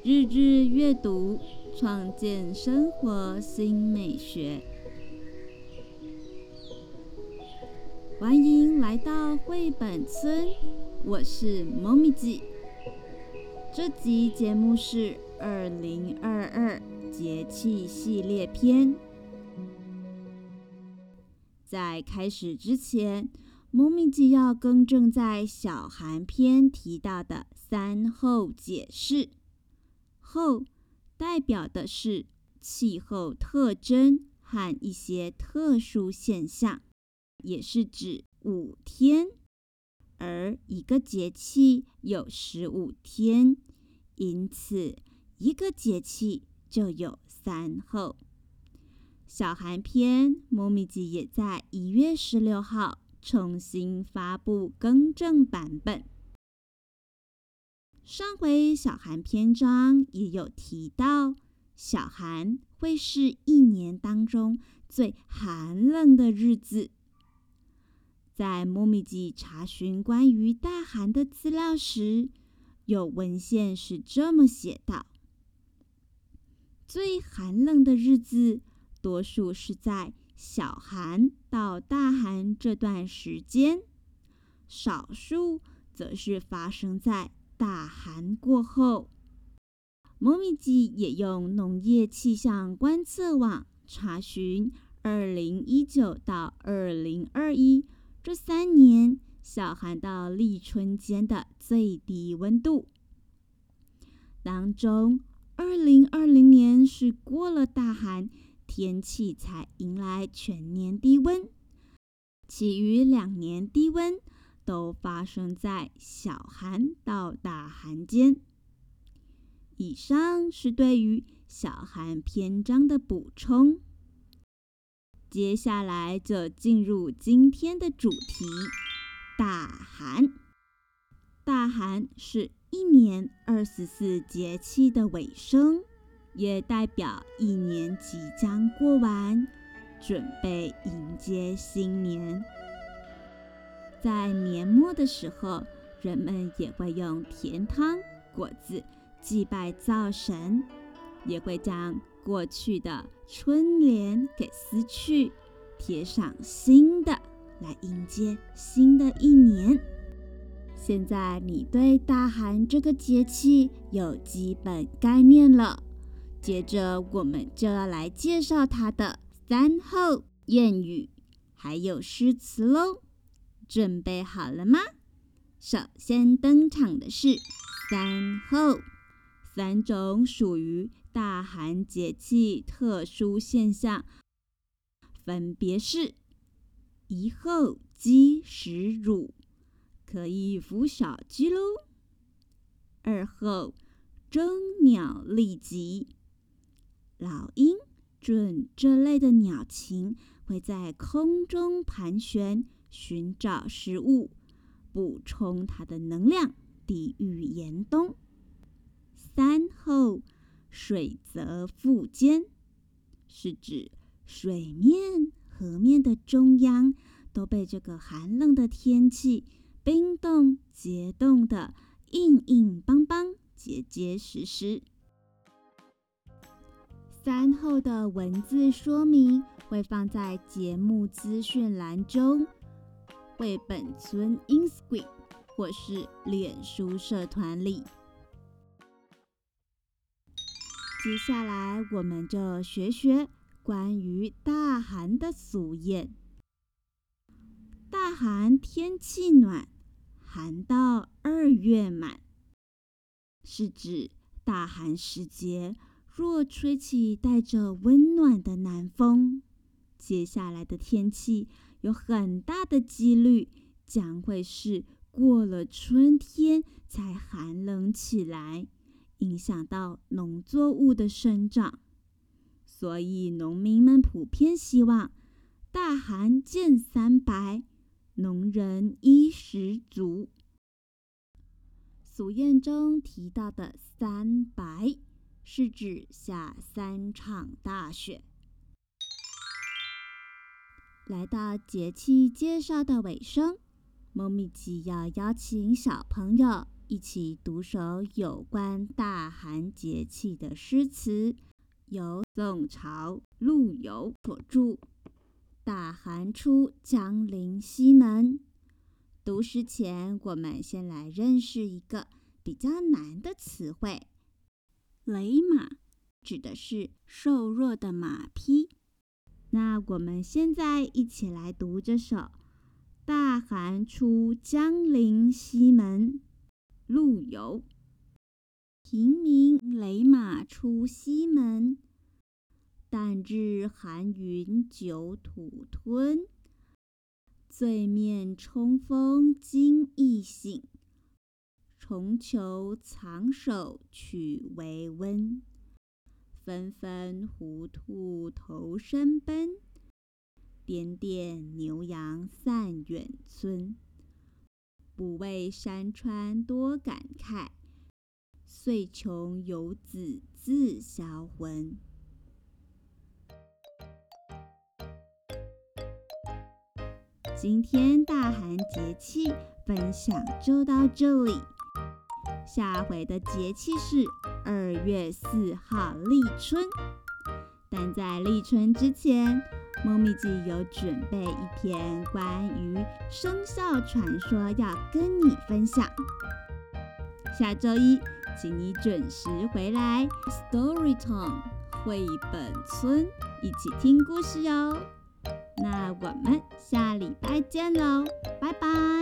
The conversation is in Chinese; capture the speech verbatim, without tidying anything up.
日日阅读，创建生活新美学。欢迎来到绘本村，我是猫咪记。这集节目是二零二二节气系列篇。在开始之前，猫咪记要更正在小寒篇提到的三候解释。候代表的是气候特征和一些特殊现象，也是指五天，而一个节气有十五天，因此一个节气就有三候。小寒篇猫咪记也在一月十六号重新发布更正版本。上回小寒篇章也有提到，小寒会是一年当中最寒冷的日子。在猫咪记查询关于大寒的资料时，有文献是这么写道：最寒冷的日子多数是在小寒到大寒这段时间，少数则是发生在大寒过后。猫咪记也用农业气象观测网查询二零一九到二零二一这三年小寒到立春间的最低温度。当中二零二零年是过了大寒，天气才迎来全年低温，其余两年低温都发生在小寒到大寒间。以上是对于小寒篇章的补充。接下来就进入今天的主题，大寒。大寒是一年二十四节气的尾声，也代表一年即将过完，准备迎接新年。在年末的时候，人们也会用甜汤、果子祭拜灶神，也会将过去的春联给撕去，贴上新的，来迎接新的一年。现在你对大寒这个节气有基本概念了，接着我们就要来介绍它的三候谚语还有诗词喽。准备好了吗？首先登场的是三候，三种属于大寒节气特殊现象，分别是：一候鸡食乳，可以孵小鸡喽；二候征鸟立即，老鹰、鹧这类的鸟禽会在空中盘旋，寻找食物，补充它的能量，抵御严冬。三候水泽腹间，是指水面、河面的中央都被这个寒冷的天气冰冻结冻的硬硬邦邦、结结实实。三候的文字说明会放在节目资讯栏中，绘本村 Instagram 或是脸书社团里。接下来我们就学学关于大寒的俗谚。大寒天气暖，寒到二月满，是指大寒时节若吹起带着温暖的南风，接下来的天气有很大的几率将会是过了春天才寒冷起来，影响到农作物的生长。所以农民们普遍希望大寒见三白，农人衣食足。俗谚中提到的三白，是指下三场大雪。来到节气介绍的尾声，猫咪记要邀请小朋友一起读首有关大寒节气的诗词，由宋朝陆游所著。大寒初，将临西门。读诗前，我们先来认识一个比较难的词汇。雷马指的是瘦弱的马匹。那我们现在一起来读这首大寒初，将临西门。陆游。平明雷马出西门，但日寒云久土吞。醉面冲锋惊异醒，重裘藏首取微温。纷纷胡兔头身奔，颠颠牛羊散远村。不为山川多感慨，岁穷游子自销魂。今天大寒节气分享就到这里，下回的节气是二月四号立春。但在立春之前，猫咪记有准备一篇关于生肖传说要跟你分享。下周一，请你准时回来 Story Time 绘本村一起听故事哦。那我们下礼拜见喽，拜拜。